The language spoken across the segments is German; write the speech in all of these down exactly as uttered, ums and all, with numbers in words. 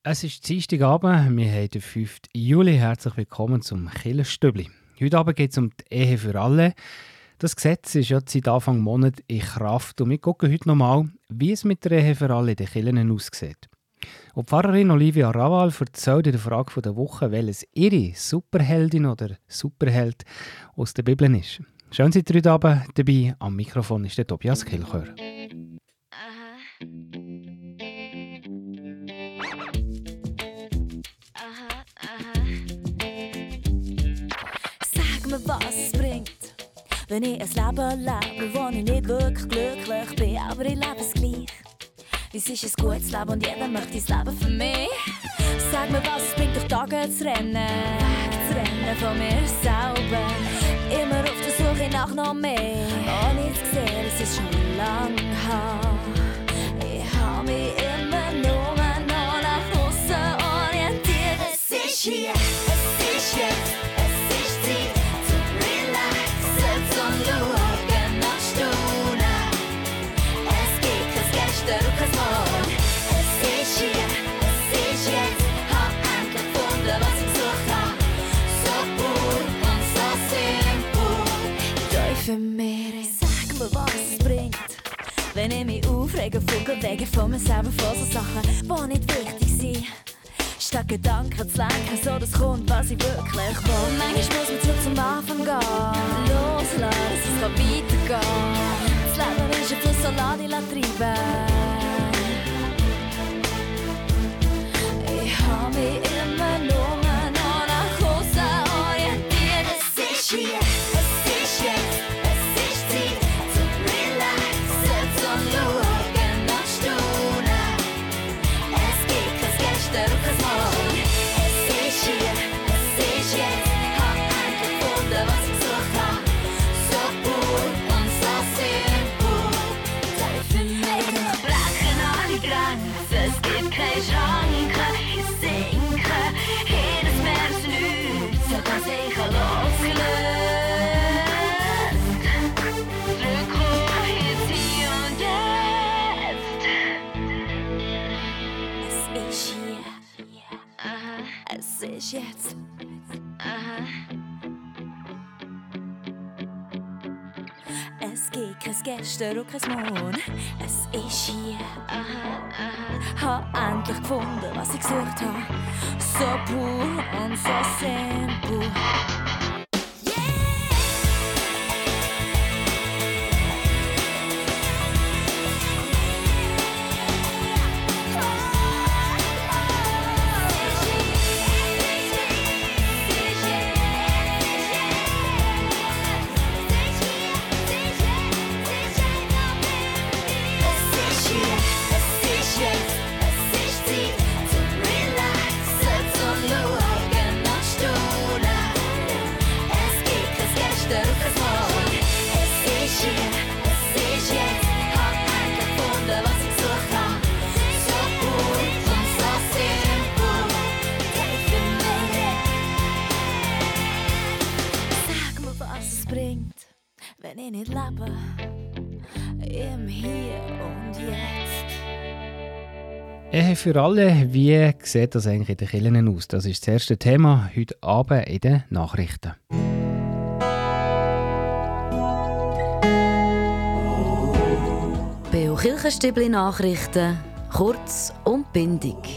Es ist Dienstagabend, wir haben den fünften Juli. Herzlich willkommen zum Kirchenstübli. Heute Abend geht es um die Ehe für alle. Das Gesetz ist ja seit Anfang Monat in Kraft und wir schauen heute nochmal, wie es mit der Ehe für alle in den Kirchen aussieht. Und Pfarrerin Olivia Raval erzählt in der Frage der Woche, welches ihre Superheldin oder Superheld aus der Bibel ist. Schön, seid ihr heute Abend dabei. Am Mikrofon ist der Tobias Kilchör. Aha. Aha, aha. Sag mir, was es bringt, wenn ich ein Leben lebe, wo ich nicht wirklich glücklich bin, aber ich lebe es gleich. Es ist ein gutes Leben und jeder möchte das Leben für mich. Sag mir, was es bringt, durch Tage zu rennen, zu rennen von mir selber. Immer auf der Suche nach noch mehr, ohne zu sehen, es ist schon lang her. Ich habe mich immer nur noch nach außen orientiert. Es ist hier, es ist jetzt, es ist Zeit zum Relaxen, zum Schauen nach Stunden. Es gibt kein Gestern und kein Morgen. Es ist hier, es ist jetzt, hab endlich gefunden, was ich gesucht hab. So pur und so simpel. Für mich. Sag mir, was es bringt, wenn ich mich aufrege, Vogel wegen von mir selber von so Sachen, die nicht wichtig sind. Statt Gedanken zu lenken, so das kommt, was ich wirklich will. Manchmal muss man zurück zum Anfang gehen, loslassen, es kann weitergehen. Das Leben ist ein Fluss, so lass dich treiben. Ich habe mich immer nur noch nach außen orientiert. Es ist hier. Jetzt. Aha. Es gibt kein Gestern und kein Morgen. Es ist hier. Aha, aha. Hab endlich gefunden, was ich gesucht habe. So pur und so simpel. Wenn ich nicht lebe, im Hier und Jetzt. Ehe für alle, wie sieht das eigentlich in den Kirchen aus? Das ist das erste Thema heute Abend in den Nachrichten. B O Kirchenstübli Nachrichten, kurz und bindig.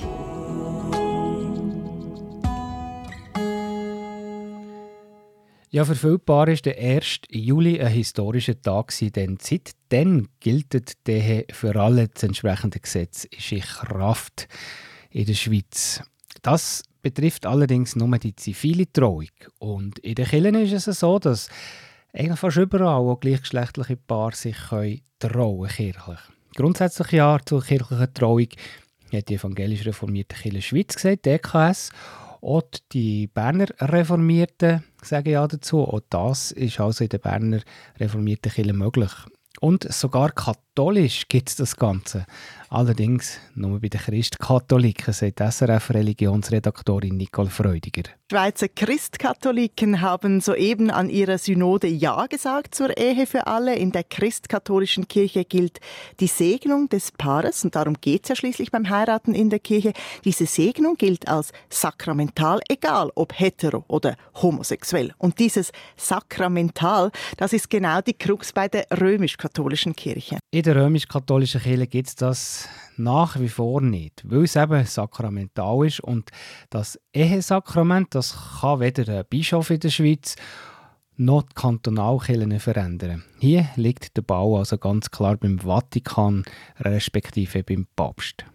Ja, für viele Paare war der erste Juli ein historischer Tag, denn seitdem gilt die Ehe für alle. Das entsprechende Gesetz ist in Kraft in der Schweiz. Das betrifft allerdings nur die zivile Trauung. Und in den Kirchen ist es so, dass eigentlich fast überall auch gleichgeschlechtliche Paare sich können trauen kirchlich. Grundsätzlich ja zur kirchlichen Trauung hat die evangelisch reformierte Kirche Schweiz gesagt, die E K S. Auch die Berner Reformierten sagen ja dazu. Auch das ist also in der Berner Reformierten Kirche möglich. Und sogar katholisch gibt es das Ganze. Allerdings nur bei den Christkatholiken, sagt S R F-Religionsredaktorin Nicole Freudiger. Die Schweizer Christkatholiken haben soeben an ihrer Synode Ja gesagt zur Ehe für alle. In der christkatholischen Kirche gilt die Segnung des Paares, und darum geht es ja schließlich beim Heiraten in der Kirche. Diese Segnung gilt als sakramental, egal ob hetero oder homosexuell. Und dieses Sakramental, das ist genau die Krux bei der römisch-katholischen Kirche. In der römisch-katholischen Kirche gibt es das nach wie vor nicht, weil es eben sakramental ist, und das Ehesakrament, das kann weder der Bischof in der Schweiz noch die Kantonalkirchen verändern. Hier liegt der Ball also ganz klar beim Vatikan, respektive beim Papst.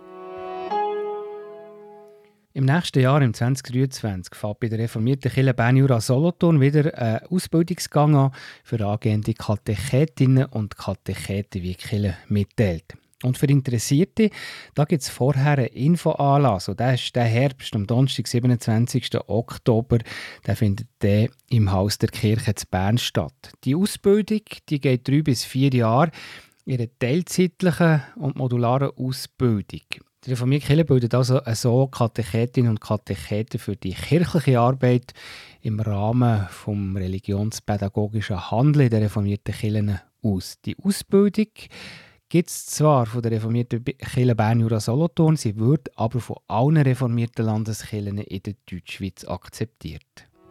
Im nächsten Jahr, im zwanzig dreiundzwanzig, fängt bei der reformierten Kirche Bern-Jura-Solothurn wieder ein Ausbildungsgang an für angehende Katechetinnen und Katecheten, wie die Kirche mitteilt. Und für Interessierte, da gibt es vorher einen Infoanlass. Und der ist der Herbst, am Donnerstag, siebenundzwanzigsten Oktober. Der findet der im Haus der Kirche zu Bern statt. Die Ausbildung die geht drei bis vier Jahre in einer teilzeitlichen und modularen Ausbildung. Die reformierte Kirche bildet also so Katechetinnen und Katecheten für die kirchliche Arbeit im Rahmen des religionspädagogischen Handelns der reformierten Kirchen aus. Die Ausbildung gibt es zwar von der reformierten Kirche Bern-Jura-Solothurn, sie wird aber von allen reformierten Landeskirchen in der Deutschschweiz akzeptiert.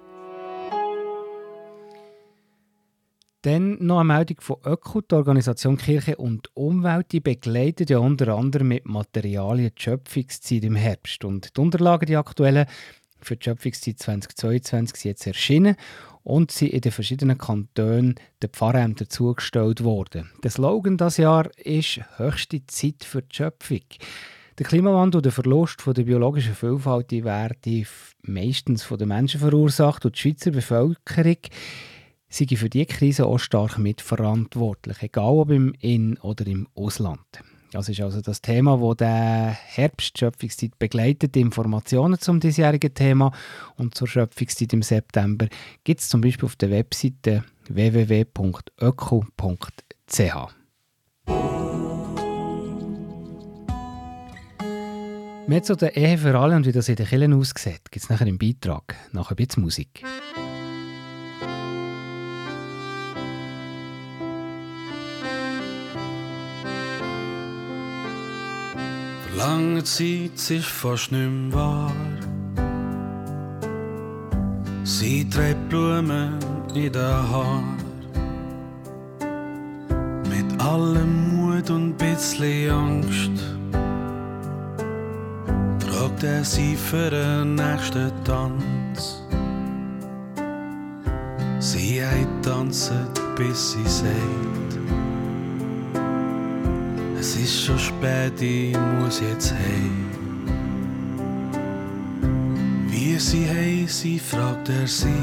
Dann noch eine Meldung von Öko, die Organisation Kirche und Umwelt, die begleitet ja unter anderem mit Materialien die Schöpfungszeit im Herbst. Und die Unterlagen, die aktuellen für die Schöpfungszeit zwanzig zweiundzwanzig, sind jetzt erschienen und sind in den verschiedenen Kantonen den Pfarrämtern zugestellt worden. Der Slogan dieses Jahr ist «Höchste Zeit für die Schöpfung». Der Klimawandel und der Verlust von der biologischen Vielfalt die werden meistens von den Menschen verursacht, und die Schweizer Bevölkerung sei für diese Krise auch stark mitverantwortlich, egal ob im In- oder im Ausland. Das ist also das Thema, das der Herbst-Schöpfungszeit begleitet. Informationen zum diesjährigen Thema und zur Schöpfungszeit im September gibt es zum Beispiel auf der Webseite w w w punkt öko punkt c h. Mehr zu der Ehe für alle und wie das in den Kirchen aussieht, gibt es nachher im Beitrag, nach ein bisschen Musik. Lange Zeit ist fast nicht mehr wahr. Sie trägt Blumen in den Haaren. Mit allem Mut und bisschen Angst fragt er sie für den nächsten Tanz. Sie hat tanzt, bis sie sagt: Es ist schon spät, ich muss jetzt heim. Wie sie heisst, sie fragt er sie.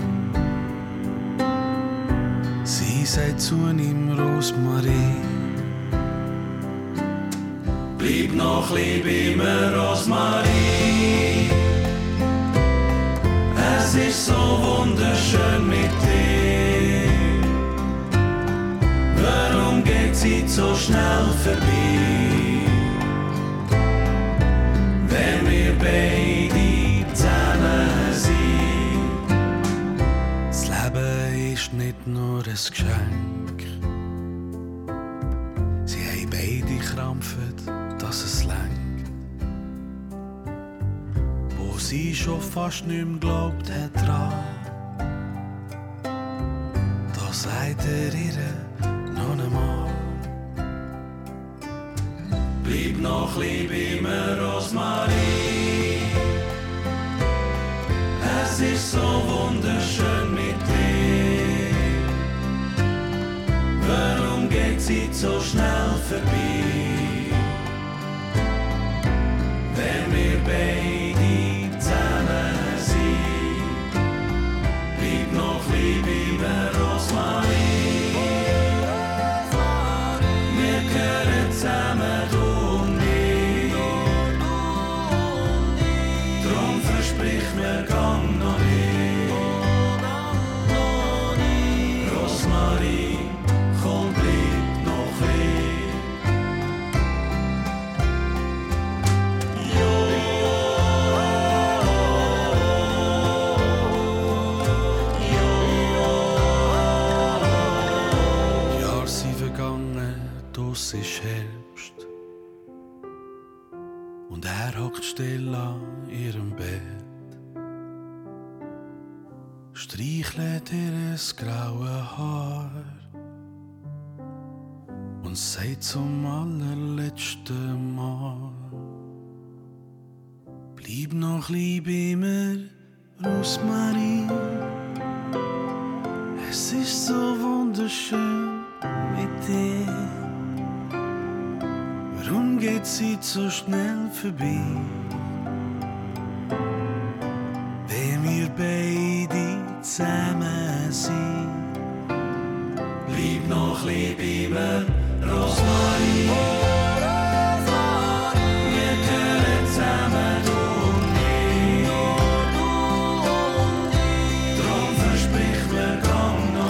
Sie sagt zu ihm: Rosmarie. Bleib noch lieb immer, Rosmarie. Es ist so wunderschön mit dir. Warum geht sie so schnell vorbei? Wenn wir beide zusammen sind. Das Leben ist nicht nur ein Geschenk. Sie haben beide krampft, dass es lenkt. Wo sie schon fast nicht mehr glaubt hat dran, da sagt er ihr noch einmal: Bleib noch lieb immer, Rosmarie. Es ist so wunderschön mit dir. Warum geht sie so schnell vorbei? Wenn wir beide zusammen sind. Bleib noch lieb immer, Rosmarie. Wir gehören zusammen, du und ich. Drum versprich mir, gang noch nicht. Rosmarie, komm, bleib noch lieb. an ihrem Bett. Streichelt ihr graue Haar und sagt zum allerletzten Mal: Bleib noch lieb bei mir, Rosmarie. Es ist so wunderschön mit dir. Warum geht sie so schnell vorbei? Wenn wir beide zusammen sind. Bleib noch lieb bei mir, Rosmarie. Wir gehören zusammen, du und ich. Drum versprich mir, komm noch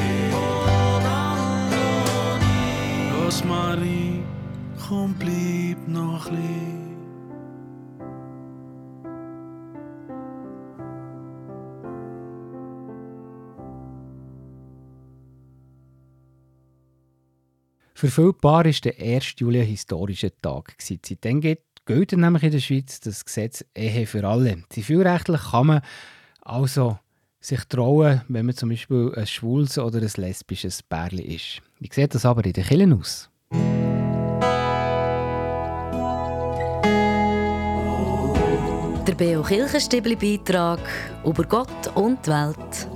nicht. Rosmarie, komm, bleib noch lieb. Für viele Paare war der erste Juli ein historischer Tag. Seitdem gilt nämlich in der Schweiz das Gesetz Ehe für alle. Zivilrechtlich kann man also sich trauen, wenn man zum Beispiel ein schwules oder ein lesbisches Pärchen ist. Wie sieht das aber in den Kirchen aus? Der B O Kirchenstibli-Beitrag über Gott und die Welt.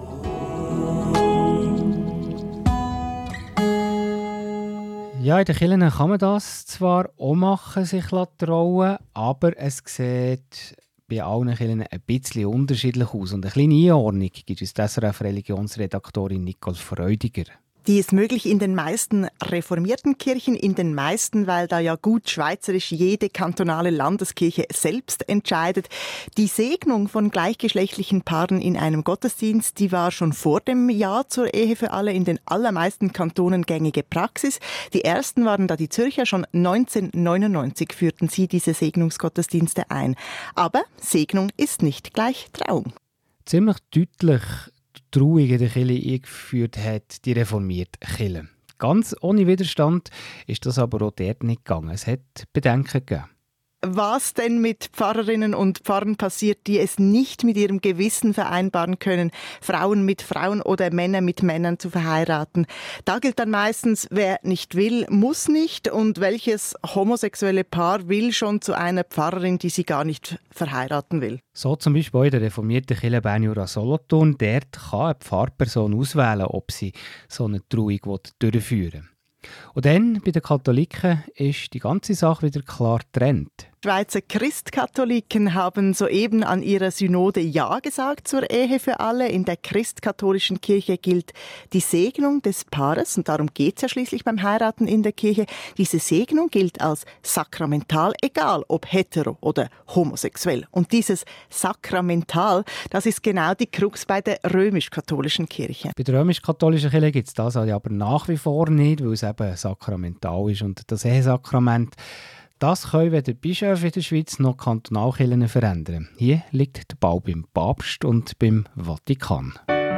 Ja, in den Kirchen kann man das zwar auch machen, sich trauen, aber es sieht bei allen Kirchen ein bisschen unterschiedlich aus. Und eine kleine Einordnung gibt uns die S R F-Religionsredaktorin Nicole Freudiger. Die ist möglich in den meisten reformierten Kirchen, in den meisten, weil da ja gut schweizerisch jede kantonale Landeskirche selbst entscheidet. Die Segnung von gleichgeschlechtlichen Paaren in einem Gottesdienst, die war schon vor dem Ja zur Ehe für alle in den allermeisten Kantonen gängige Praxis. Die ersten waren da die Zürcher, schon neunzehnhundertneunundneunzig führten sie diese Segnungsgottesdienste ein. Aber Segnung ist nicht gleich Trauung. Ziemlich deutlich die Trauung in der Kirche eingeführt hat die reformierte Kirche. Ganz ohne Widerstand ist das aber auch dort nicht gegangen. Es hat Bedenken gegeben. Was denn mit Pfarrerinnen und Pfarrern passiert, die es nicht mit ihrem Gewissen vereinbaren können, Frauen mit Frauen oder Männer mit Männern zu verheiraten? Da gilt dann meistens, wer nicht will, muss nicht. Und welches homosexuelle Paar will schon zu einer Pfarrerin, die sie gar nicht verheiraten will? So zum Beispiel in der reformierten Kirche Bern-Jura-Solothurn. Dort kann eine Pfarrperson auswählen, ob sie so eine Trauung durchführen will. Und dann, bei den Katholiken, ist die ganze Sache wieder klar getrennt. Die Schweizer Christkatholiken haben soeben an ihrer Synode Ja gesagt zur Ehe für alle. In der christkatholischen Kirche gilt die Segnung des Paares, und darum geht es ja schließlich beim Heiraten in der Kirche. Diese Segnung gilt als sakramental, egal ob hetero oder homosexuell. Und dieses Sakramental, das ist genau die Krux bei der römisch-katholischen Kirche. Bei der römisch-katholischen Kirche gibt es das aber nach wie vor nicht, weil es eben sakramental ist. Und das Ehesakrament, das können weder Bischöfe in der Schweiz noch Kantonalkirchen verändern. Hier liegt der Ball beim Papst und beim Vatikan.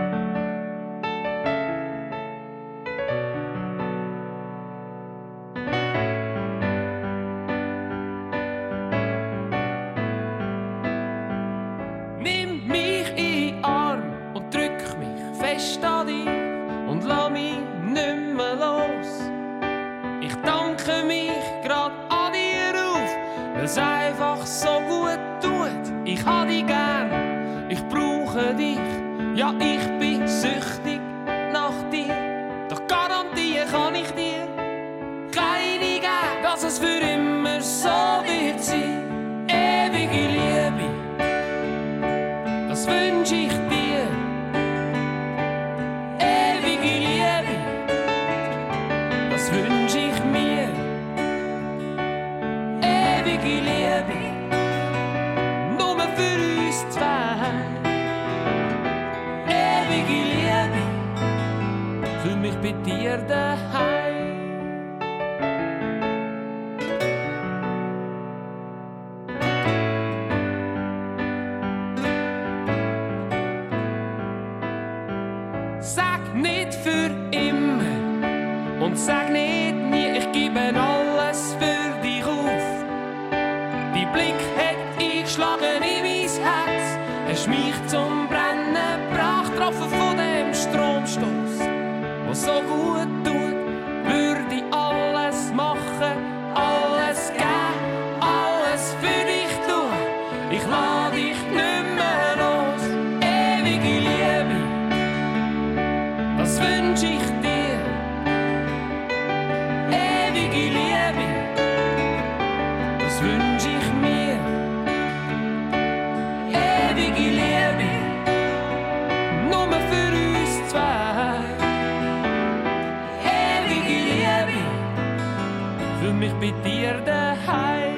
Nimm mich in den Arm und drück mich fest an dich und lass mich nicht mehr los. Ich danke mich grad an dir auf, weil's einfach so gut tut. Ich hab dich gern, ich brauche dich, ja ich bin süchtig nach dir. Doch garantieren kann ich dir keine geben, dass es für immer so wird sein. Ewige Liebe, das wünsch ich dir. Ewige Liebe, das wünsch ich mir. Ewige Liebe, nur für uns zwei. Ewige Liebe, für mich bei dir daheim. Sag nicht für immer und sag nicht nie, ich gebe alles für dich auf. Die Blick hat eingeschlagen. Fragen in mein Herz. Hast mich zum Brennen gebracht, getroffen von dem Stromstoß, der so gut tut, würde ich alles machen, alles geben, alles für dich tun. Ich lass dich nicht mehr los, ewige Liebe, das wünsch ich dir. Ewige Liebe, das wünsch ich mir. Ewige Liebe, nur für uns zwei. Ewige Liebe, fühl mich bei dir daheim.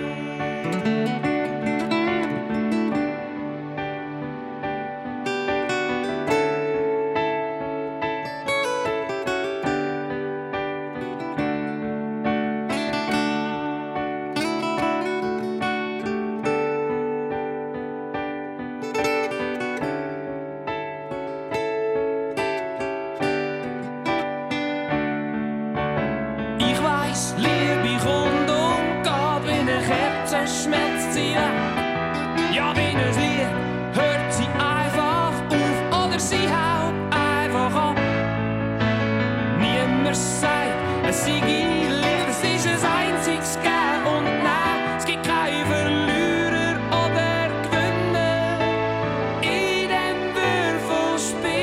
Schmelzt sie weg, ja wie ein Lied, hört sie einfach auf oder sie haut einfach ab. Niemand sagt, es sei Licht, es ist ein einziges Geben und Nein. Es gibt keinen Verlierer oder Gewinner in dem Würfelspiel.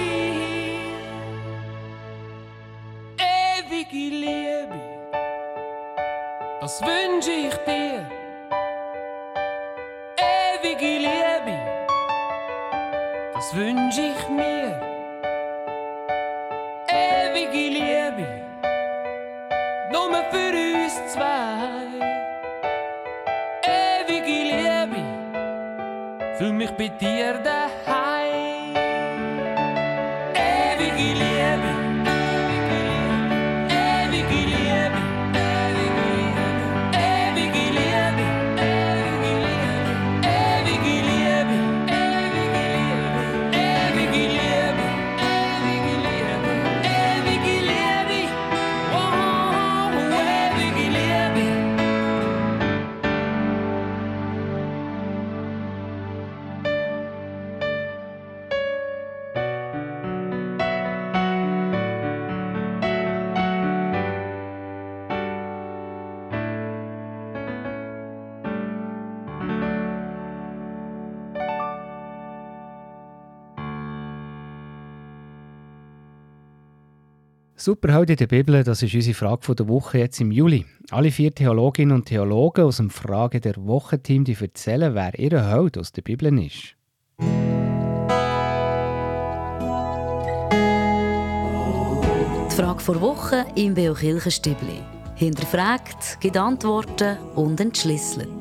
Ewige Liebe, das wünsch ich dir. Ewige Liebe, das wünsch ich mir. Ewige Liebe, nur für uns zwei. Ewige Liebe, fühl mich bei dir daheim. Ewige Liebe, ewige Liebe, ewige Liebe, ewige Liebe, ewige Liebe, ewige Liebe, ewige Liebe, ewige Liebe, oh, ewige Liebe. Superheld in der Bibel, das ist unsere Frage der Woche jetzt im Juli. Alle vier Theologinnen und Theologen aus dem Frage der Woche-Team die erzählen, wer ihr Held aus der Bibel ist. Die Frage vor Woche im Beo Kirchenstübli. Hinterfragt, gibt Antworten und entschlüsselt.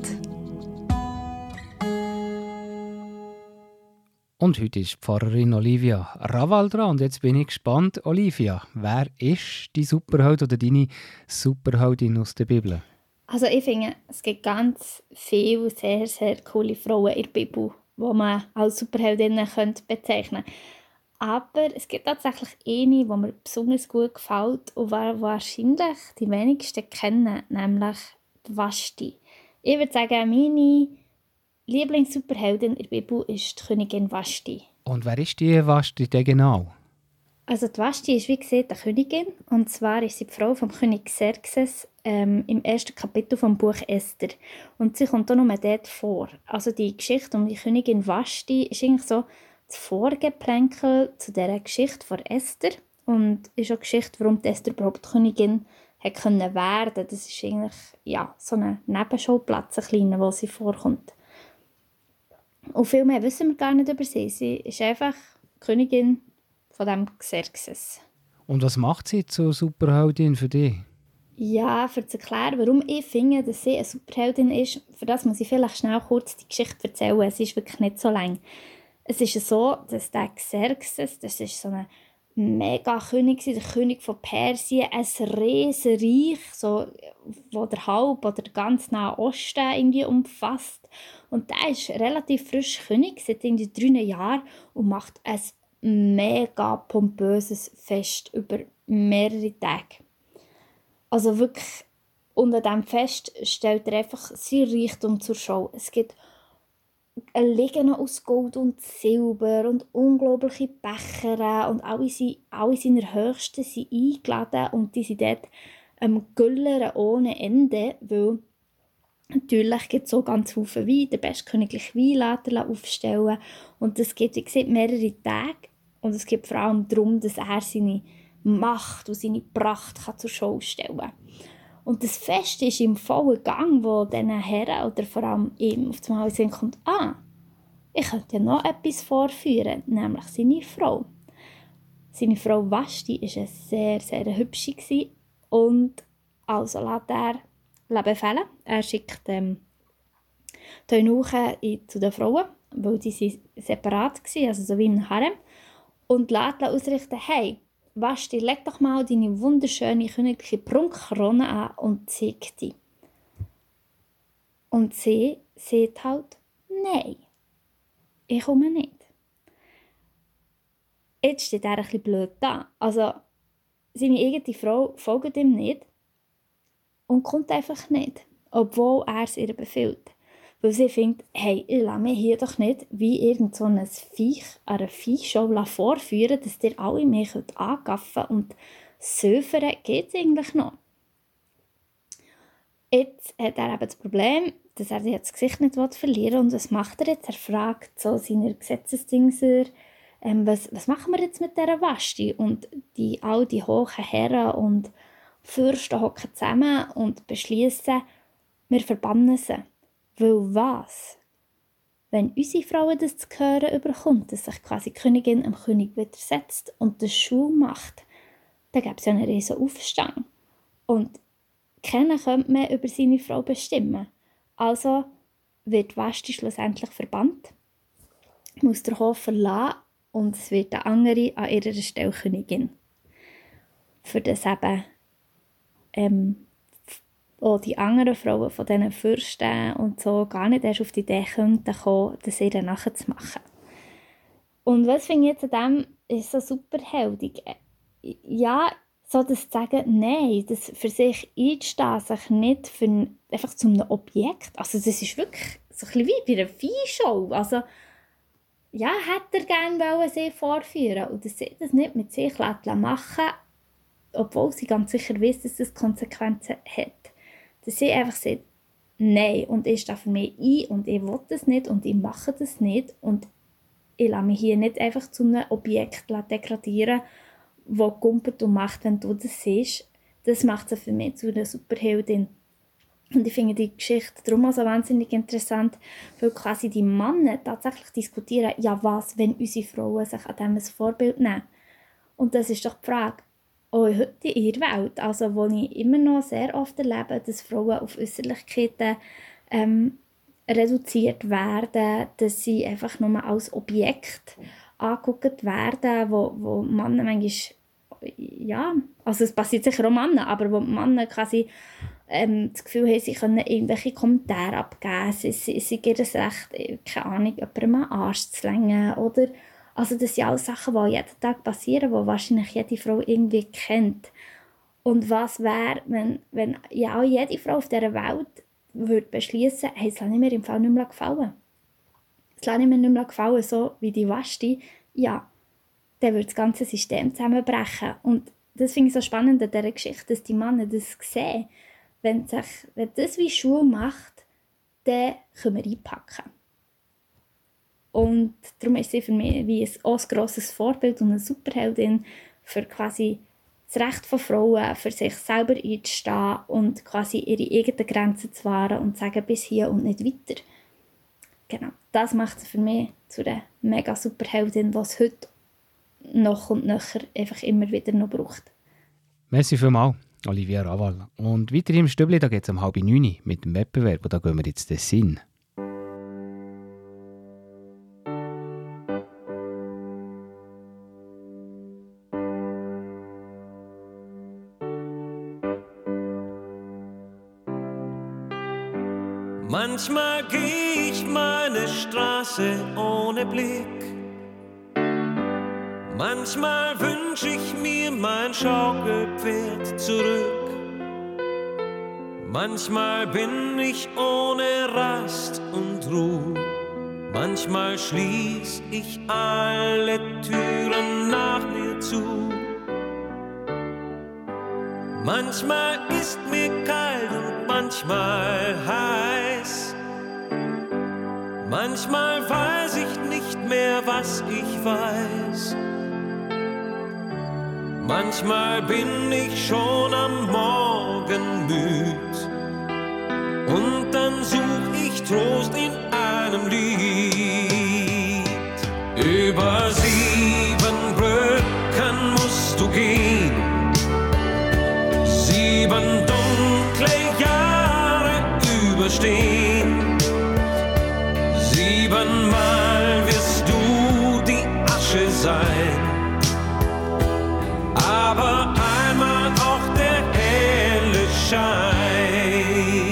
Und heute ist Pfarrerin Olivia Raval dran. Und jetzt bin ich gespannt, Olivia, wer ist die Superheld oder deine Superheldin aus der Bibel? Also ich finde, es gibt ganz viele sehr, sehr coole Frauen in der Bibel, die man als Superheldinnen bezeichnen könnte. Aber es gibt tatsächlich eine, die mir besonders gut gefällt und die wahrscheinlich die wenigsten kennen, nämlich die Vashti. Ich würde sagen, meine Lieblings-Superheldin in der Bibel ist die Königin Vashti. Und wer ist die Vashti denn genau? Also die Vashti ist wie gesagt eine Königin. Und zwar ist sie die Frau vom König Xerxes ähm, im ersten Kapitel vom Buch Esther. Und sie kommt auch nur dort vor. Also die Geschichte um die Königin Vashti ist eigentlich so das Vorgeplänkel zu dieser Geschichte von Esther. Und ist auch die Geschichte, warum die Esther überhaupt Königin hat können werden. Das ist eigentlich ja, so ein Nebenschauplatz, ein kleiner, wo sie vorkommt. Und viel mehr wissen wir gar nicht über sie. Sie ist einfach Königin von dem Xerxes. Und was macht sie zur Superheldin für dich? Ja, für zu erklären, warum ich finde, dass sie eine Superheldin ist, für das muss ich vielleicht schnell kurz die Geschichte erzählen. Es ist wirklich nicht so lang. Es ist so, dass der Xerxes, das ist so ein mega König, der König von Persien, ein riesen Reich, so, wo der Halb- oder der ganz Nahe Osten irgendwie umfasst. Und der ist relativ frisch König, seit irgendwie drei Jahren und macht ein mega pompöses Fest über mehrere Tage. Also wirklich, unter diesem Fest stellt er einfach sein Reichtum zur Schau. Es gibt Liegen aus Gold und Silber und unglaubliche Becher und alle, sie, alle seine Höchsten sind eingeladen und die sind dort am Güllern ohne Ende, weil natürlich gibt es so ganz viele Wein, der beste königliche Weinladen aufstellen und es gibt, wie gesagt, mehrere Tage und es geht vor allem darum, dass er seine Macht und seine Pracht kann zur Schau stellen kann. Und das Fest ist im vollen Gang, wo diesen Herren oder vor allem ihm auf einmal sehen kommt, ah, ich könnte ja noch etwas vorführen, nämlich seine Frau. Seine Frau Vashti war eine sehr, sehr hübsche und also lässt er befehlen. Er schickt ähm, die Eunuchen zu den Frauen, weil die sind separat waren, also so wie im Harem, und lässt ausrichten, hey, Vashti, leg doch mal deine wunderschöne königliche Prunkkrone an und zeig die. Und sie sagt halt, nein, ich komme nicht. Jetzt steht er ein bisschen blöd da. Also, seine eigene Frau folgt ihm nicht und kommt einfach nicht, obwohl er es ihr befiehlt. Weil sie findet, hey, ich lasse mich hier doch nicht wie irgend so ein Viech an einer Viehshow vorführen, dass ihr alle mich angaffen und söfern, geht es eigentlich noch. Jetzt hat er eben das Problem, dass er das Gesicht nicht verlieren will. Und was macht er jetzt? Er fragt so seine Gesetzesdingser, ähm, was, was machen wir jetzt mit dieser Vashti? Und die, all die hohen Herren und Fürsten hocken zusammen und beschließen, wir verbannen sie. Weil was? Wenn unsere Frauen das zu hören bekommt, dass sich quasi die Königin dem König widersetzt und das Schul macht, dann gäbe es ja einen riesen Aufstand. Und keiner könnte mehr über seine Frau bestimmen. Also wird Vashti schlussendlich verbannt, muss den Hof verlassen und es wird eine andere an ihrer Stelle Königin. Für das eben ähm, auch die anderen Frauen von diesen Fürsten und so gar nicht erst auf die Idee könnten kommen, das ihr nachzumachen. Und was finde ich jetzt an dem ist so superheldig. Ja, so das zu sagen, nein, das für sich einzustehen, sich nicht für, einfach zu einem Objekt. Also das ist wirklich so ein bisschen wie bei einer Viehshow. Also ja, hätte er gerne wollen, sie vorführen und dass sie das nicht mit sich machen lassen, obwohl sie ganz sicher wissen, dass das Konsequenzen hat. Dass sie einfach sagt, nein, und ich stehe für mich ein und ich will das nicht und ich mache das nicht und ich lasse mich hier nicht einfach zu einem Objekt degradieren, das kumpelt und macht, wenn du das siehst. Das macht sie für mich zu einer Superheldin. Und ich finde die Geschichte darum auch so wahnsinnig interessant, weil quasi die Männer tatsächlich diskutieren, ja was, wenn unsere Frauen sich an dem ein Vorbild nehmen. Und das ist doch die Frage, auch heute in ihrer Welt, also wo ich immer noch sehr oft erlebe, dass Frauen auf Äußerlichkeiten ähm, reduziert werden, dass sie einfach nur als Objekt angeguckt werden, wo, wo Männer manchmal, ja, also es passiert sicher auch Männer, aber wo Männer quasi ähm, das Gefühl haben, sie können irgendwelche Kommentare abgeben, sie, sie, sie geben das Recht, keine Ahnung, jemandem einen Arsch zu längen oder also das sind alles Sachen, die jeden Tag passieren, die wahrscheinlich jede Frau irgendwie kennt. Und was wäre, wenn, wenn ja, jede Frau auf dieser Welt würde beschließen, hey, es lasse ich mir im Fall nicht mehr gefallen. Es lasse ich mir nicht mehr gefallen, so wie die Vashti. Ja, dann würde das ganze System zusammenbrechen. Und das finde ich so spannend an dieser Geschichte, dass die Männer das sehen. Wenn, sich, wenn das wie Schule macht, dann können wir einpacken. Und darum ist sie für mich wie ein, ein grosses Vorbild und eine Superheldin für quasi das Recht von Frauen, für sich selber einzustehen und quasi ihre eigenen Grenzen zu wahren und zu sagen, bis hier und nicht weiter. Genau, das macht sie für mich zu einer mega Superheldin, die es heute noch und nöcher einfach immer wieder noch braucht. Merci vielmals, Olivia Raval. Und weiter im Stübli, da geht es um halb neun mit dem Wettbewerb und da gehen wir jetzt ins Sinn. Manchmal geh ich meine Straße ohne Blick. Manchmal wünsch ich mir mein Schaukelpferd zurück. Manchmal bin ich ohne Rast und Ruhe. Manchmal schließ ich alle Türen nach mir zu. Manchmal ist mir kalt und manchmal heiß. Manchmal weiß ich nicht mehr, was ich weiß. Manchmal bin ich schon am Morgen müd. Und dann such ich Trost in einem Lied. Über sieben Brücken musst du gehen. Sieben dunkle Jahre überstehen. Siebenmal wirst du die Asche sein. Aber einmal auch der helle Schein.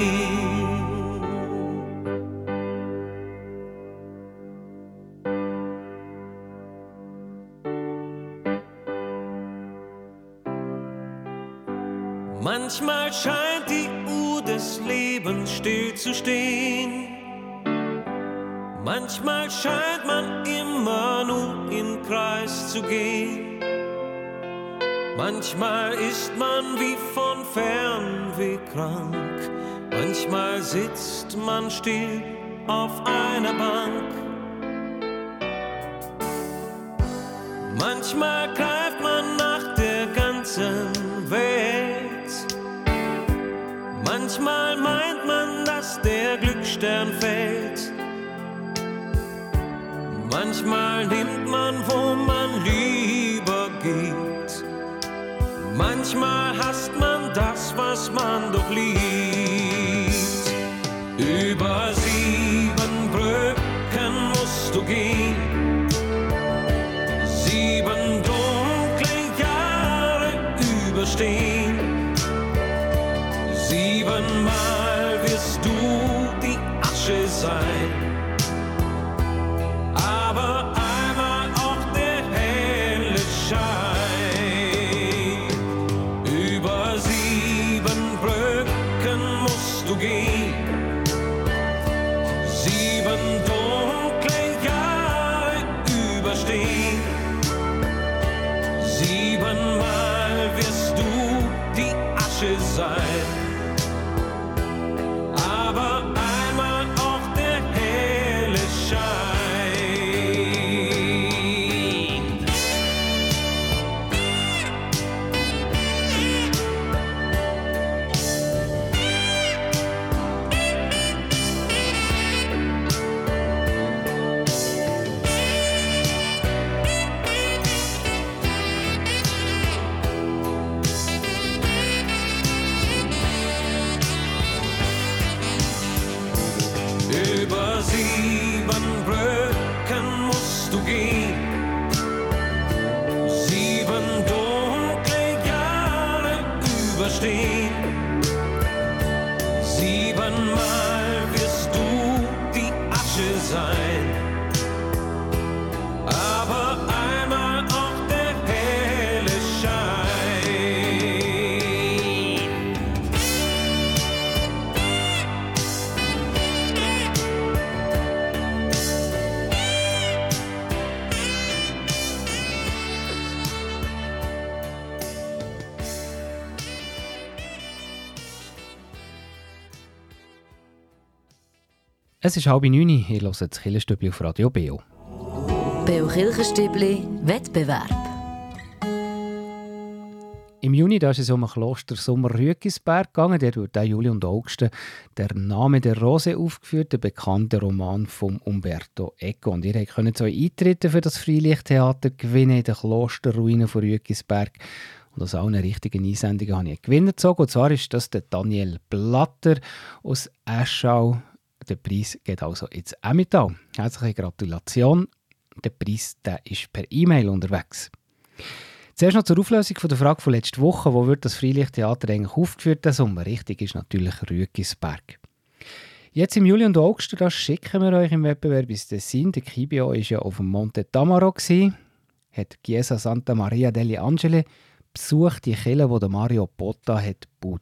Manchmal scheint die Uhr des Lebens still zu stehen. Manchmal scheint man immer nur im Kreis zu gehen. Manchmal ist man wie von Fernweh krank. Manchmal sitzt man still auf einer Bank. Manchmal greift man nach der ganzen Welt. Manchmal meint man, dass der Glücksstern fällt. Manchmal nimmt man, wo man lieber geht. Manchmal hasst man das, was man doch liebt. Über sieben Brücken musst du gehen. Sieben dunkle Jahre überstehen. Siebenmal wirst du die Asche sein. Aber einmal auch der helle Schein. Über sieben Brücken musst du gehen. Sieben dunkle Jahre überstehen. Siebenmal wirst du die Asche sein. Aber einmal auch der helle Schein. Über sieben Brücken musst du gehen. Sieben dunkle Jahre überstehen. Siebenmal wirst du die Asche sein. Aber einmal auch der helle Schein. Es ist halb neun, ihr hört das Kirchenstübli auf Radio Beo. Beo Kirchenstübli Wettbewerb. Im Juni da ist es um ein Kloster Sommer-Rüegisberg gegangen. Der wird Juli und August «Der Name der Rose» aufgeführt, der bekannte Roman von Umberto Eco. Und ihr könnt so eintreten für das Freilichttheater gewinnen in den Klosterruinen von Rüegisberg. Und aus allen richtigen Einsendungen habe ich einen Gewinner gezogen. Und zwar ist das der Daniel Blatter aus Eschau. Der Preis geht also ins Emmental. Herzliche Gratulation. Der Preis der ist per E-Mail unterwegs. Zuerst noch zur Auflösung von der Frage von letzter Woche. Wo wird das Freilichttheater eigentlich aufgeführt? Der Sommer. Richtig ist natürlich Rüegisberg. Jetzt im Juli und August das schicken wir euch im Wettbewerb ins Tessin. Der Kibio war ja auf dem Monte Tamaro, hat Chiesa Santa Maria degli Angeli besucht, die Kirche, die Mario Botta hat gebaut.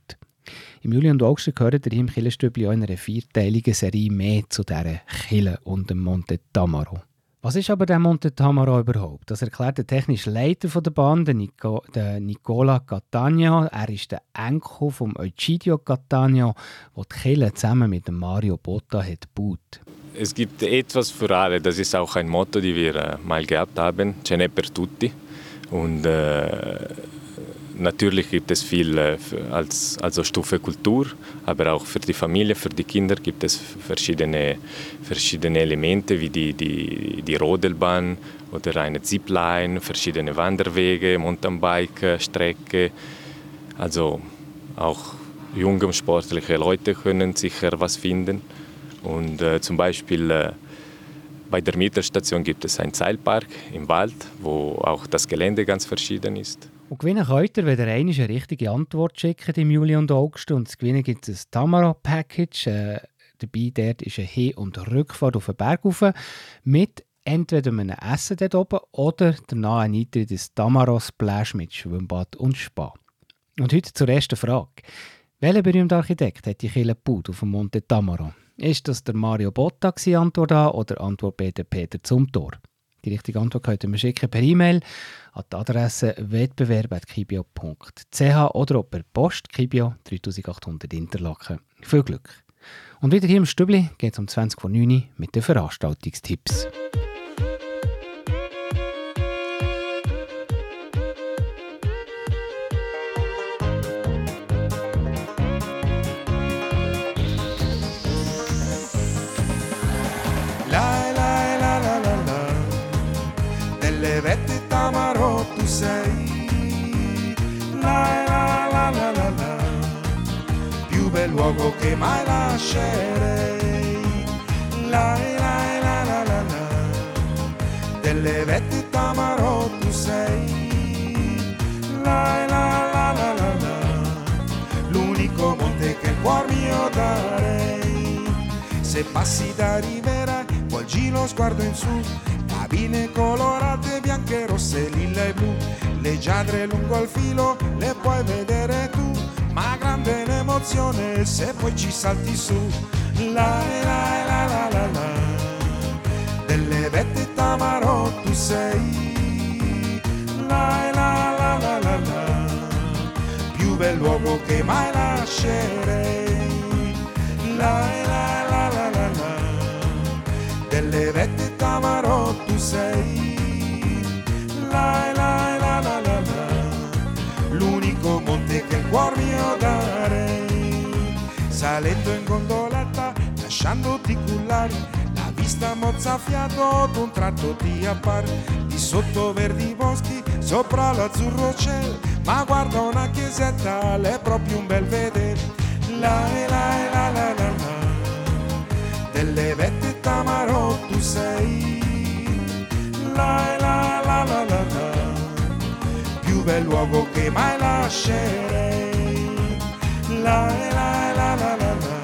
Im Juli und August gehört ihr hier im Kirchenstübli auch in einer vierteiligen Serie mehr zu dieser Kirche und dem Monte Tamaro. Was ist aber der Monte Tamaro überhaupt? Das erklärt der technische Leiter der Bahn, der, Nico, der Nicola Catania. Er ist der Enkel von Egidio Catania, der die Kirche zusammen mit dem Mario Botta hat gebaut. Es gibt etwas für alle. Das ist auch ein Motto, das wir äh, mal gehabt haben. Ce n'è per tutti. Und äh, natürlich gibt es viel äh, als also Stufe Kultur, aber auch für die Familie, für die Kinder gibt es verschiedene, verschiedene Elemente wie die, die, die Rodelbahn oder eine Zipline, verschiedene Wanderwege, Mountainbike-Strecke. Also auch junge sportliche Leute können sicher was finden. Und äh, zum Beispiel äh, bei der Mieterstation gibt es einen Seilpark im Wald, wo auch das Gelände ganz verschieden ist. Und gewinnen könnt ihr, wenn ihr einmal eine richtige Antwort schickt im Juli und August. Und zu gewinnen gibt es ein Tamaro-Package. Äh, dabei dort ist eine Hin- und Rückfahrt auf den Berg rauf, mit entweder einem Essen dort oben oder danach ein Eintritt ins Tamaro-Splash mit Schwimmbad und Spa. Und heute zur ersten Frage. Welcher berühmte Architekt hat die Kirche gebaut auf dem Monte Tamaro? Ist das der Mario Botta, Antwort A, oder Antwort B, der Peter Zumthor? Die richtige Antwort könnt ihr mir schicken per E-Mail an die Adresse wettbewerb at kibio punkt c h oder auch per Post Kibio dreitausendachthundert Interlaken. Viel Glück! Und wieder hier im Stübli geht es um zwanzig vor neun mit den Veranstaltungstipps. Vette Tamaro tu sei, la la la la la la, più bel luogo che mai lascerei, la la la la la la, delle vette Tamaro tu sei, la la la la la la, l'unico monte che il cuor mio darei, se passi da Rivera volgi lo sguardo in su. Cabine colorate, bianche, rosse, lilla e blu, leggiadre lungo il filo, le puoi vedere tu, ma grande l'emozione se poi ci salti su. La la la la la la, delle vette Tamaro tu sei, la la la la la la, più bel luogo che mai lascerei, la la la la la la, delle vette Tamaro tu sei, la la la la la la, l'unico monte che il cuor mio darei, salendo in gondoletta, lasciandoti cullare, la vista mozzafiato d'un tratto ti appare, di sotto verdi boschi, sopra l'azzurro cielo, ma guarda una chiesetta, l'è proprio un bel vedere, la la la la la la, delle vette Tamaro tu sei, la la la la la la, più bel luogo che mai lascerei, la la la la la la,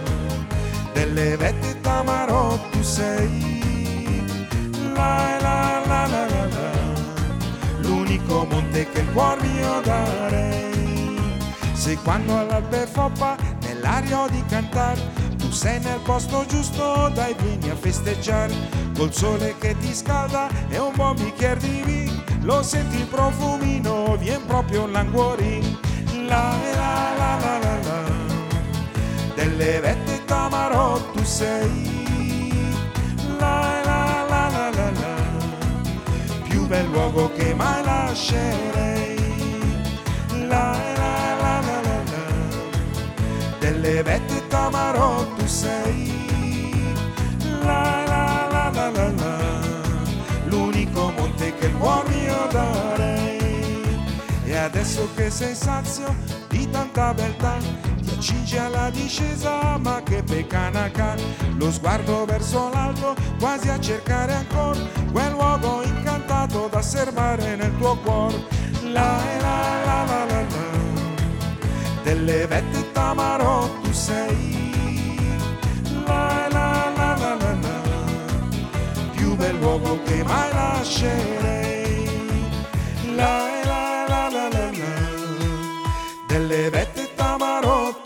delle vette Tamaro tu sei, la la la la la la, l'unico monte che il cuor mio darei, se quando all'albe foppa nell'aria di cantare, tu sei nel posto giusto, dai vieni a festeggiare, col sole che ti scalda e un buon bicchiere di vino, lo senti il profumino, vien proprio languorì, la la la la la la, delle vette Tamaro tu sei, la la la la la la, più bel luogo che mai lascerei, la la la la la la, delle vette Tamaro tu sei, la la la la la la, l'unico monte che il cuor mio darei, e adesso che sei sazio di tanta beltà, ti accingi alla discesa, ma che peccanaca, lo sguardo verso l'alto, quasi a cercare ancora quel luogo incantato da serbare nel tuo cuore, la la la la la la, delle vette Tamaro tu sei, la la la la la la, più bel luogo che mai lascerei, la la la la la la, delle vette Tamaro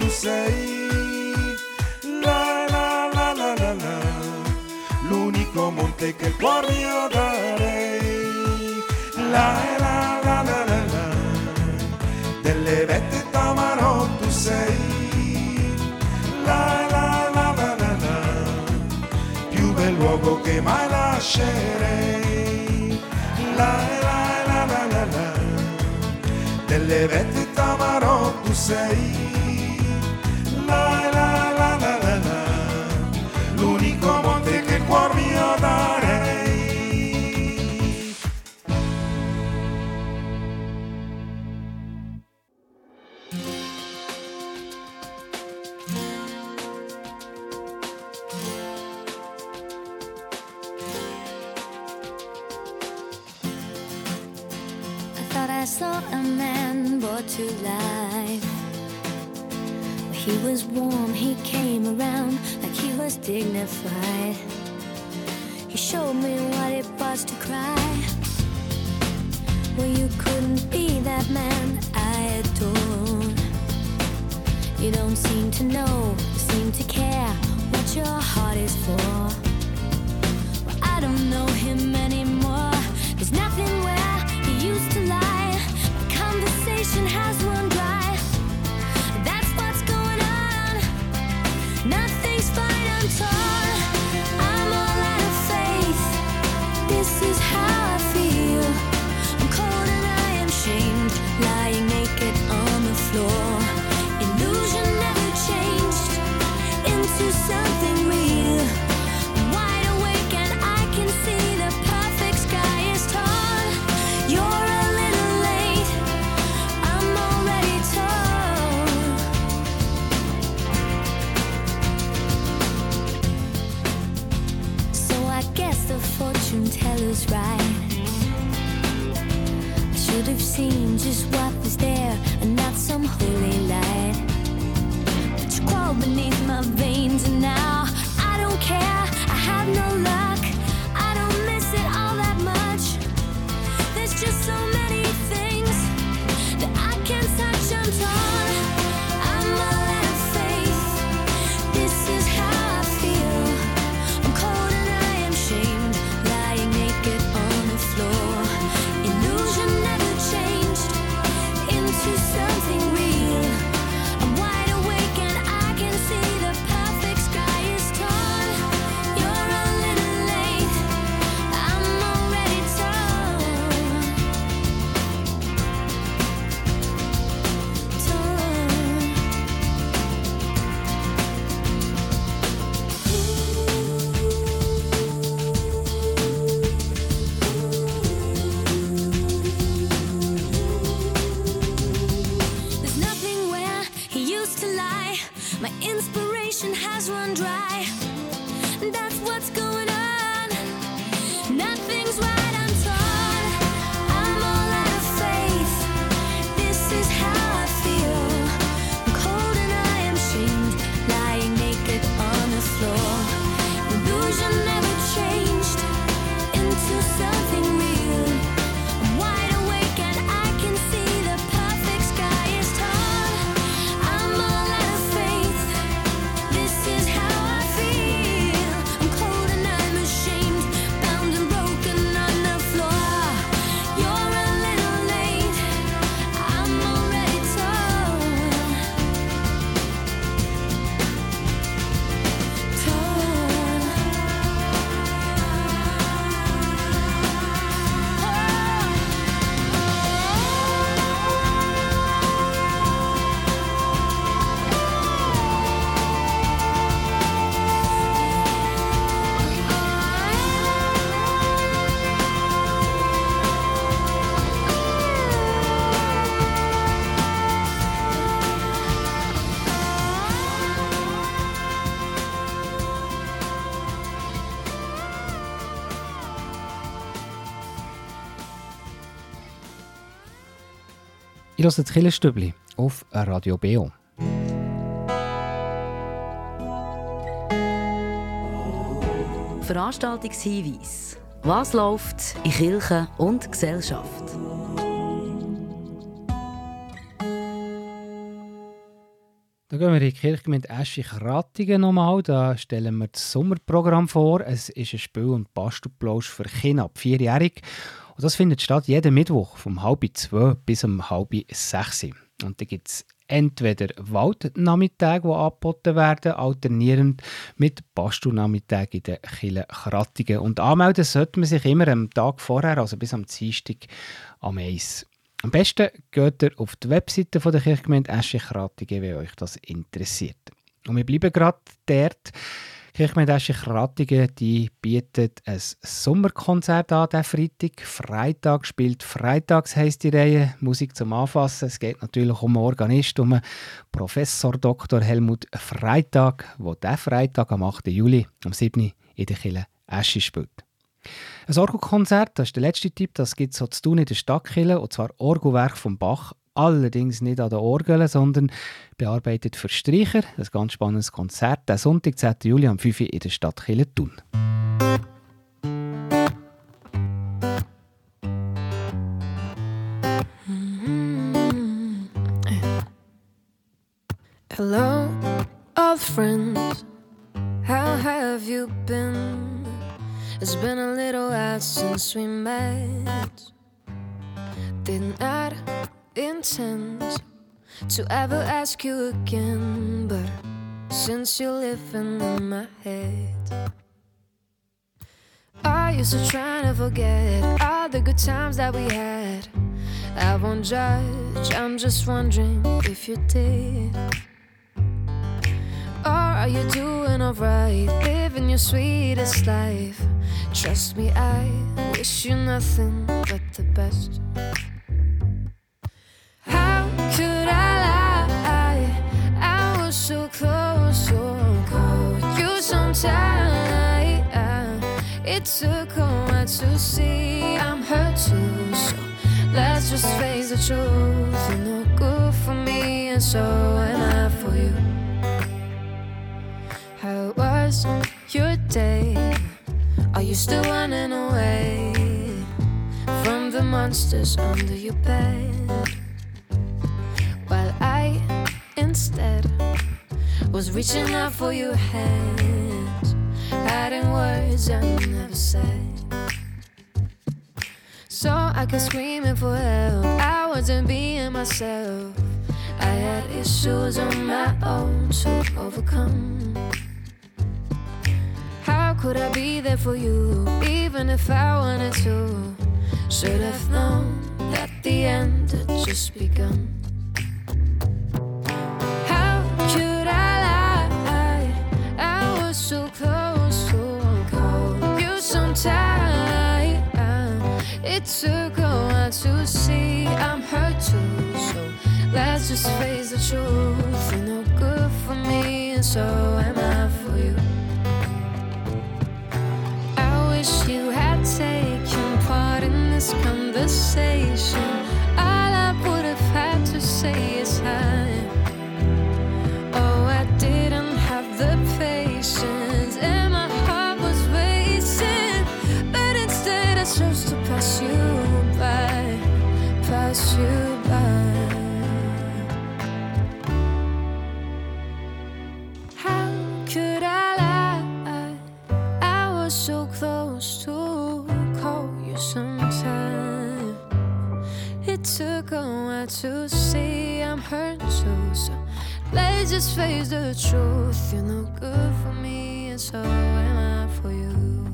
monte che il cuore mio darei. La la la la la la, delle vette t'amerò tu sei. La la la la la la, più bel luogo che mai lascerei. La la la la la la, delle vette t'amerò tu sei. La la la la la la, l'unico monte che il cuore mio darei. I thought I saw a man brought to life. He was warm, he came around like he was dignified. He showed me what it was to cry. Well, you couldn't be that man I adored. You don't seem to know, seem to care what your heart is for. Well, I don't know him anymore. There's nothing where he used to lie. My conversation has run dry. Nothing's fine, I'm torn. I'm all out of faith. This is how I feel. I'm cold and I am shamed, lying naked on the floor. Illusion never changed into something real. I'm wide awake and I can see the perfect sky is torn. You're a little late, I'm already torn. I guess the fortune teller's right. I should have seen just what was there and not some holy light. But you crawled beneath my veins and now I don't care, I have no luck. I don't miss it all that much. There's just so many things that I can't touch, I'm torn. I'm all out of faith. This is how I feel. I'm cold and I am shamed, lying naked on the floor. Illusion never changed into something real. I'm wide awake and I can see the perfect sky is torn. You're a little late, I'm already torn. Torn. There's nothing where he used to lie. My inspiration has run dry. That's what's going on. Nothing's right, I'm torn. I'm all out of faith. This is how I feel. I'm cold and I am shamed, lying naked on the floor. Illusion never changed into something real. I'm wide awake and I can see the perfect sky is torn. I'm all out of faith. This is how I feel. I'm cold and I'm ashamed, bound and broken on the floor. You're a little late, I'm already torn. Ich höre das Killerstübli auf Radio B O. Veranstaltungshinweis. Was läuft in Kirche und Gesellschaft? Da gehen wir in die Kirchgemeinde Eschich-Rattigen nochmal. Da stellen wir das Sommerprogramm vor. Es ist ein Spiel- und Bastelplausch für Kinder ab vierjährig. Und das findet statt jeden Mittwoch vom halb zwei bis um halb sechs. Und da gibt es entweder Waldnachmittage, die angeboten werden, alternierend mit Bastelnachmittagen in den Kirchen Rattigen. Und anmelden sollte man sich immer am Tag vorher, also bis am Dienstag am eins. Am besten geht ihr auf die Webseite der Kirchgemeinde Eschich-Rattigen, wenn euch das interessiert. Und wir bleiben gerade dort. Die Kirchgemeinde Eschich-Rattigen die bietet ein Sommerkonzert an, diesen Freitag. Freitag spielt Freitags, heisst die Reihe. Musik zum Anfassen. Es geht natürlich um einen Organist, um Professor Doktor Helmut Freitag, der diesen Freitag am achten Juli um sieben Uhr in der Kirche Eschich spielt. Ein Orgelkonzert, das ist der letzte Tipp, das gibt es so zu tun in der Stadtkirche, und zwar Orgelwerk von Bach, allerdings nicht an der Orgel, sondern bearbeitet für Streicher. Ein ganz spannendes Konzert, der Sonntag, zehnten Juli um fünf Uhr in der Stadtkirche Thun. Hello, old friends, how have you been? It's been a little while since we met. Did not intend to ever ask you again, but since you're living in my head, I used to try to forget all the good times that we had. I won't judge, I'm just wondering if you did. Or are you doing alright, living your sweetest life? Trust me, I wish you nothing but the best. How could I lie? I was so close, so cold. You so tight. It took a while to see I'm hurt too, so let's just face the truth. You're no good for me, and so am I for you. How was your day? Are you still running away from the monsters under your bed? While I instead was reaching out for your hands, hiding words I never said, so I kept screaming for help. I wasn't being myself. I had issues on my own to overcome. How could I be there for you, even if I wanted to? Should have known that the end had just begun. How could I lie? I was so close, so cold. You so tight. It took a while to see I'm hurt too, so let's just face the truth. You're no good for me, and so am I for you. Wish you had taken part in this conversation. All I would have had to say is hi. Oh, I didn't have the patience, and my heart was racing, but instead I chose to pass you by, pass you by. How could I lie? I was so close to call you sometime. It took a while to see I'm hurt too, so let's just face the truth. You're no good for me, and so am I for you.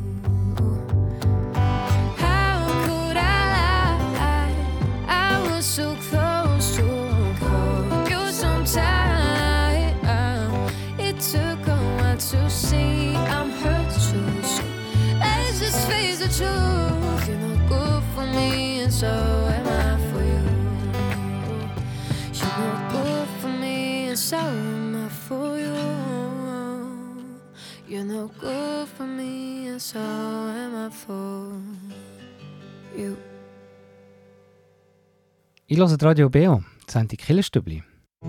How could I lie? I was so close to call you sometime. It took a while to see I'm hurt too, so let's just face the truth. You're not good for me, and so am I for you. You're not good for me, and so am I for you. You're not good for me, and so am I for you. Ich höre Radio Beo, die Sendung Kirchenstübli.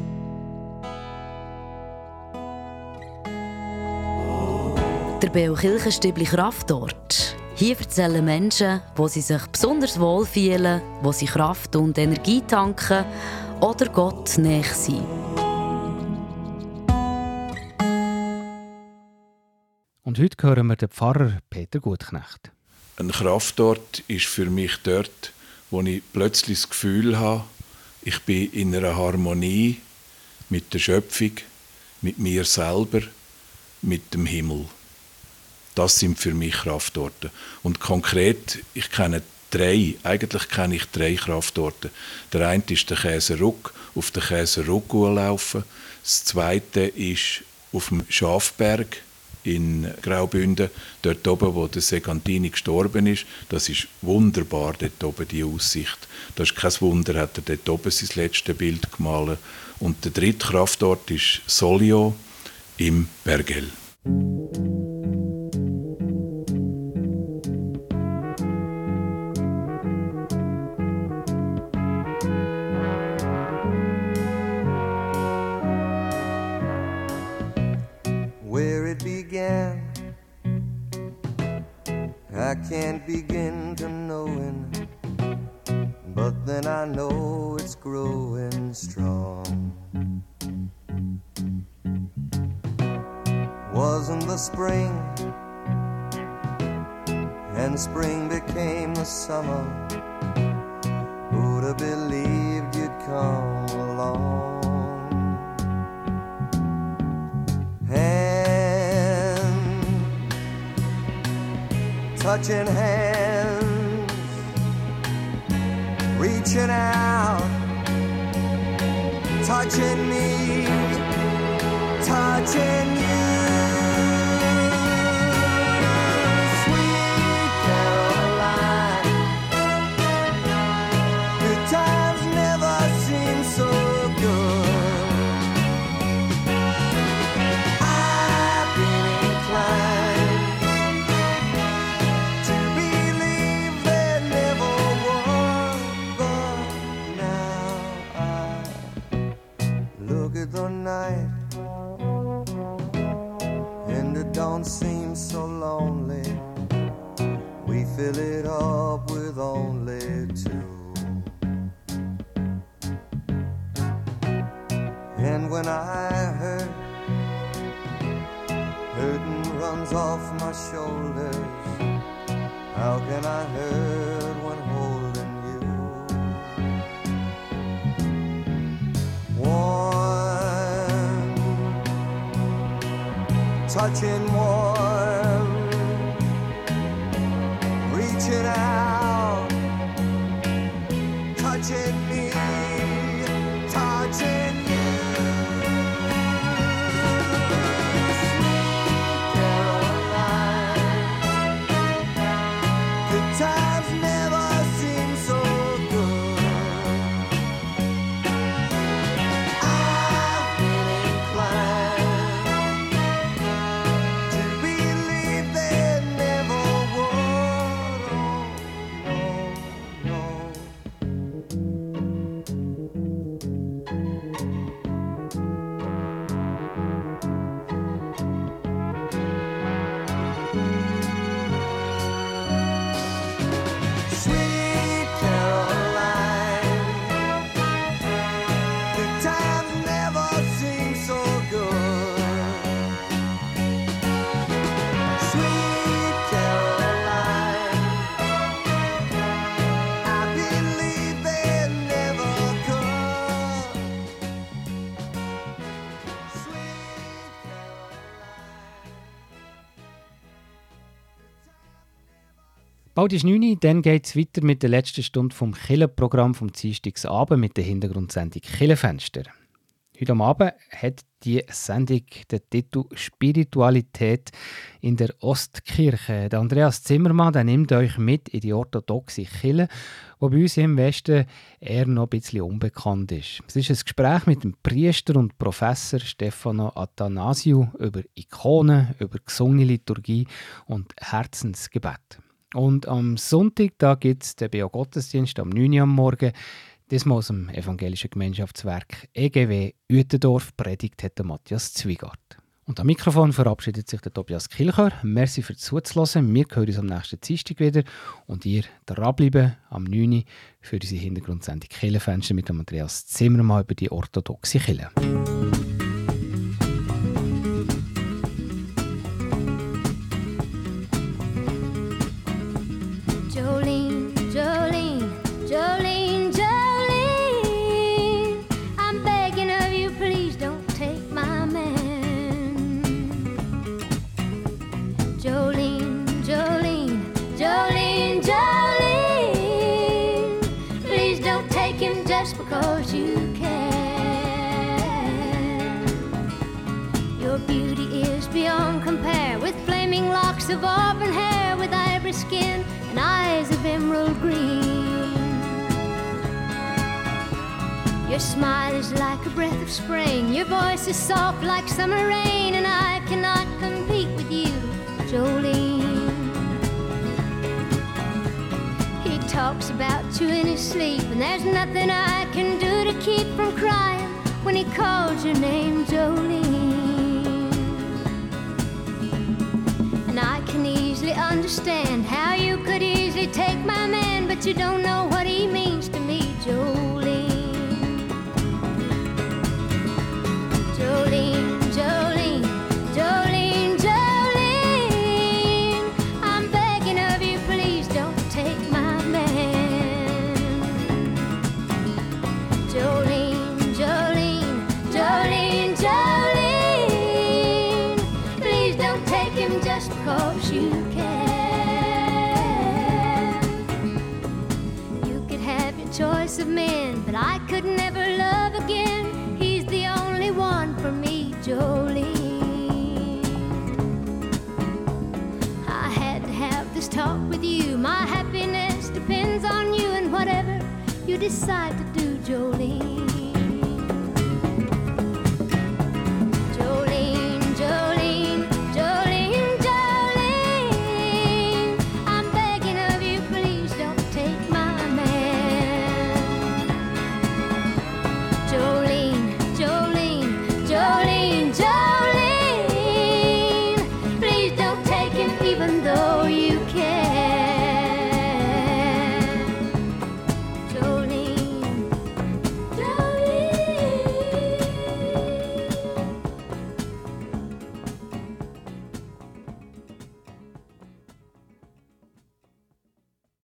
Der Beo Kirchenstübli Kraftort. Hier erzählen Menschen, wo sie sich besonders wohl fühlen, wo sie Kraft und Energie tanken oder Gott näher sind. Und heute hören wir den Pfarrer Peter Gutknecht. Ein Kraftort ist für mich dort, wo ich plötzlich das Gefühl habe, ich bin in einer Harmonie mit der Schöpfung, mit mir selber, mit dem Himmel. Das sind für mich Kraftorte. Und konkret, ich kenne drei, eigentlich kenne ich drei Kraftorte. Der eine ist der Käseruck, auf den Käseruck laufen. Das zweite ist auf dem Schafberg in Graubünden, dort oben, wo der Segantini gestorben ist. Das ist wunderbar, dort oben die Aussicht. Das ist kein Wunder, hat er dort oben sein letztes Bild gemalt. Und der dritte Kraftort ist Solio im Bergell. Where it began, I can't begin to knowing, but then I know it's growing strong. Wasn't the spring, and spring became the summer. Who'd have believed you'd come along? Hand, touching hands, reaching out, touching me, touching you. Sweet Caroline, good times never seem so good. I've been inclined to believe there never was, but now I look at the night and it don't seem so lonely. We fill it up with only two. And when I hurt, hurting runs off my shoulders. How can I hurt when holding you? Warm, touching warm, reaching out, touching me, touching you. Times never seem so good. I've been inclined to believe there never was. Oh, no, Sweet Caroline, the times never seem so good. Sweet Caroline, I believe they never could. Sweet Bald ist neun Uhr, dann geht es weiter mit der letzten Stunde vom Kirchenprogramm vom Dienstagsabend mit der Hintergrundsendung Kirchenfenster. Heute am Abend hat die Sendung den Titel «Spiritualität in der Ostkirche». Der Andreas Zimmermann der nimmt euch mit in die orthodoxe Kirche, die bei uns im Westen eher noch ein bisschen unbekannt ist. Es ist ein Gespräch mit dem Priester und Professor Stefano Attanasiou über Ikonen, über gesungene Liturgie und Herzensgebet. Und am Sonntag gibt es den Beo-Gottesdienst am neun Uhr am Morgen. Diesmal aus dem evangelischen Gemeinschaftswerk E G W Uetendorf. Predigt hat der Matthias Zwigart. Und am Mikrofon verabschiedet sich der Tobias Kilcher. Merci fürs Zuhören. Wir hören uns am nächsten Dienstag wieder. Und ihr dranbleiben am neun Uhr für unsere Hintergrundsendung Kirchenfenster mit dem Andreas Zimmermann über die orthodoxe Kirche. just because you can. Your beauty is beyond compare, with flaming locks of auburn hair, with ivory skin and eyes of emerald green. Your smile is like a breath of spring, your voice is soft like summer rain, and I cannot compete with you, Jolene. He talks about you in his sleep, and there's nothing I can do to keep from crying when he calls your name, Jolene. And I can easily understand how you could easily take my man, but you don't know what he means to me, Jolene. Jolene, Jolene, Jolene, Jolene, I'm begging of you, please don't take my man. Jolene, Jolene, Jolene, Jolene, please don't take him just because you can. You could have your choice of men, but I could never love again. He's the only one for me, Jolene. I had to have this talk with you. My happiness depends on you, and whatever you decide to do, Jolene.